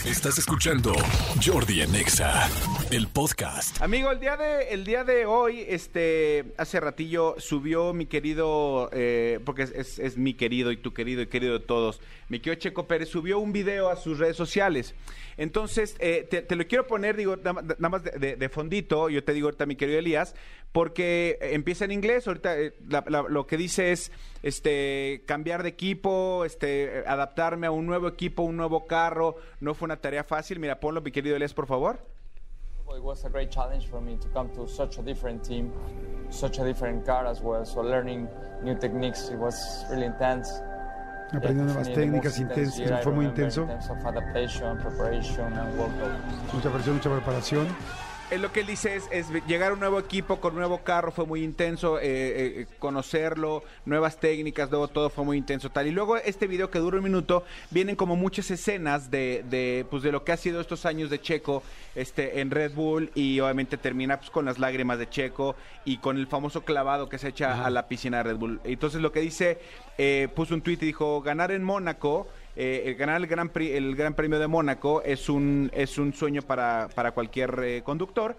Estás escuchando Jordi en Exa, el podcast. Amigo, el día de hoy, hace ratillo subió mi querido, porque es mi querido y tu querido y querido de todos, mi querido Checo Pérez subió un video a sus redes sociales. Entonces, te lo quiero poner, digo, nada más de fondito, yo te digo ahorita, mi querido Elías, porque empieza en inglés, ahorita lo que dice es cambiar de equipo, adaptarme a un nuevo equipo, un nuevo carro, no fue una tarea fácil. Mira, ponlo, mi querido Elías, por favor. It was a great challenge for me to come to such a different team, such a different car as well. So learning new techniques, it was really intense. Aprendiendo nuevas técnicas, fue muy intenso. Mucha presión, mucha preparación. Lo que él dice es llegar a un nuevo equipo con un nuevo carro fue muy intenso, conocerlo, nuevas técnicas, luego todo fue muy intenso, tal. Y luego este video que dura un minuto, vienen como muchas escenas de lo que ha sido estos años de Checo en Red Bull, y obviamente termina pues con las lágrimas de Checo y con el famoso clavado que se echa a la piscina de Red Bull. Entonces lo que dice, puso un tuit y dijo, ganar en Mónaco, ganar el Gran Premio de Mónaco es un sueño para cualquier conductor,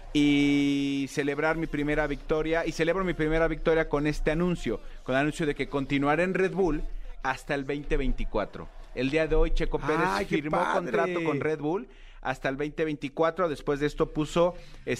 y celebro mi primera victoria con este anuncio, con el anuncio de que continuará en Red Bull hasta el 2024. El día de hoy Checo Pérez firmó contrato con Red Bull hasta el 2024. Después de esto puso,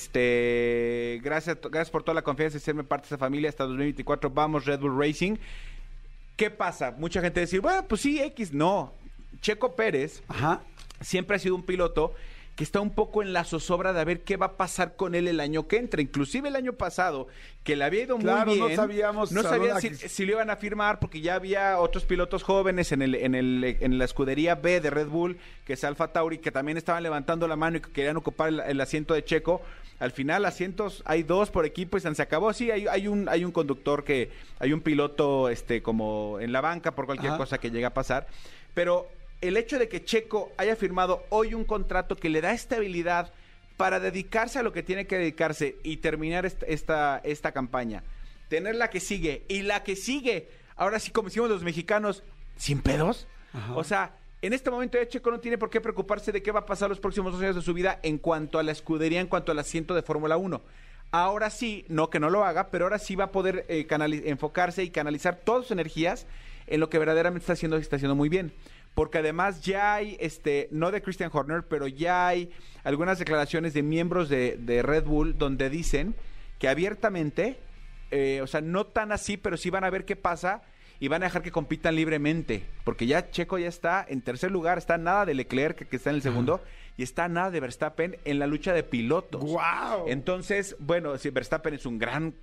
gracias por toda la confianza y serme parte de esta familia hasta 2024. Vamos Red Bull Racing. ¿Qué pasa? Mucha gente dice, bueno, pues sí, X. No, Checo Pérez siempre ha sido un piloto que está un poco en la zozobra de ver qué va a pasar con él el año que entra. Inclusive el año pasado, que le había ido muy bien. No sabían si lo iban a firmar, porque ya había otros pilotos jóvenes en la escudería B de Red Bull, que es Alfa Tauri, que también estaban levantando la mano y que querían ocupar el asiento de Checo. Al final, asientos hay 2 por equipo y se acabó. Sí, hay un conductor hay un piloto como en la banca por cualquier cosa que llegue a pasar. Pero el hecho de que Checo haya firmado hoy un contrato que le da estabilidad para dedicarse a lo que tiene que dedicarse y terminar esta campaña, tener la que sigue y la que sigue, ahora sí, como decimos los mexicanos, sin pedos. O sea, en este momento ya Checo no tiene por qué preocuparse de qué va a pasar los próximos 2 años de su vida en cuanto a la escudería, en cuanto al asiento de Fórmula 1. Ahora sí, no que no lo haga, pero ahora sí va a poder enfocarse y canalizar todas sus energías en lo que verdaderamente está haciendo muy bien. Porque además ya hay, no de Christian Horner, pero ya hay algunas declaraciones de miembros de Red Bull donde dicen que abiertamente, o sea, no tan así, pero sí van a ver qué pasa y van a dejar que compitan libremente, porque ya Checo ya está en tercer lugar, está nada de Leclerc, que está en el segundo, y está nada de Verstappen en la lucha de pilotos. ¡Wow! Entonces, bueno, sí, Verstappen es un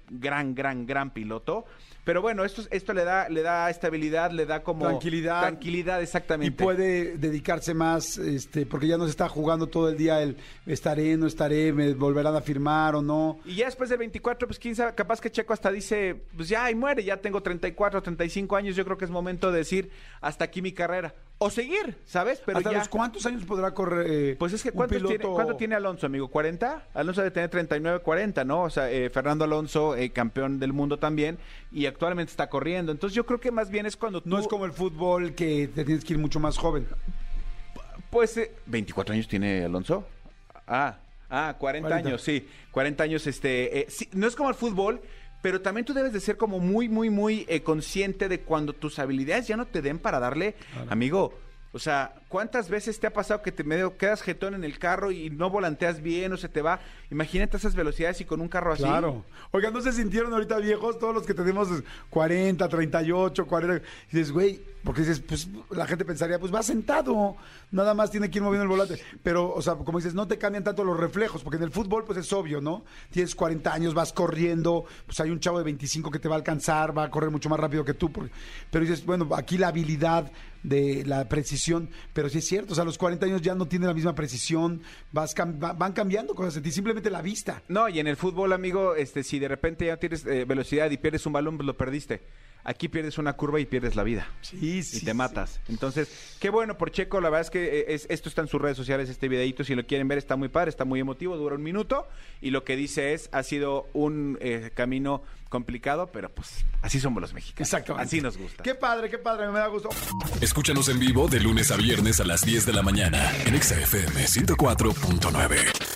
gran piloto, pero bueno, esto le da estabilidad, le da como tranquilidad, exactamente. Y puede dedicarse más, porque ya no se está jugando todo el día el estaré, no estaré, me volverán a firmar o no. Y ya después del 24, pues quién sabe, capaz que Checo hasta dice, pues ya, y muere, ya tengo 34, 35 años, yo creo que es momento de decir, hasta aquí mi carrera. O seguir, ¿sabes? Pero ¿hasta los cuántos años podrá correr? Pues es que ¿cuánto tiene Alonso, amigo? ¿40? Alonso debe tener 39, 40, ¿no? O sea, Fernando Alonso, campeón del mundo también, y actualmente está corriendo. Entonces yo creo que más bien es cuando No es como el fútbol, que te tienes que ir mucho más joven. Pues, ¿24 años tiene Alonso? 40 años, sí. 40 años, sí, no es como el fútbol, pero también tú debes de ser como muy consciente de cuando tus habilidades ya no te den para darle, amigo. O sea, ¿cuántas veces te ha pasado que te medio quedas jetón en el carro y no volanteas bien o se te va? Imagínate esas velocidades y con un carro así. Claro. Oigan, ¿no se sintieron ahorita viejos? Todos los que tenemos 40, 38, 40. Y dices, güey, porque dices, pues la gente pensaría, pues va sentado, nada más tiene que ir moviendo el volante. Pero, o sea, como dices, no te cambian tanto los reflejos, porque en el fútbol, pues es obvio, ¿no? Tienes 40 años, vas corriendo, pues hay un chavo de 25 que te va a alcanzar, va a correr mucho más rápido que tú. Pero dices, bueno, aquí la habilidad de la precisión, pero sí es cierto, o sea, a los 40 años ya no tiene la misma precisión, van cambiando cosas en ti, simplemente la vista. No, y en el fútbol, amigo, si de repente ya tienes velocidad y pierdes un balón, pues lo perdiste. Aquí pierdes una curva y pierdes la vida. Sí, sí. Y te matas. Entonces, qué bueno por Checo. La verdad es que esto está en sus redes sociales, este videito. Si lo quieren ver, está muy padre, está muy emotivo, dura 1 minuto. Y lo que dice ha sido un camino complicado, pero pues así somos los mexicanos. Exactamente. Así nos gusta. Qué padre, me da gusto. Escúchanos en vivo de lunes a viernes a las 10 de la mañana en Exa FM 104.9.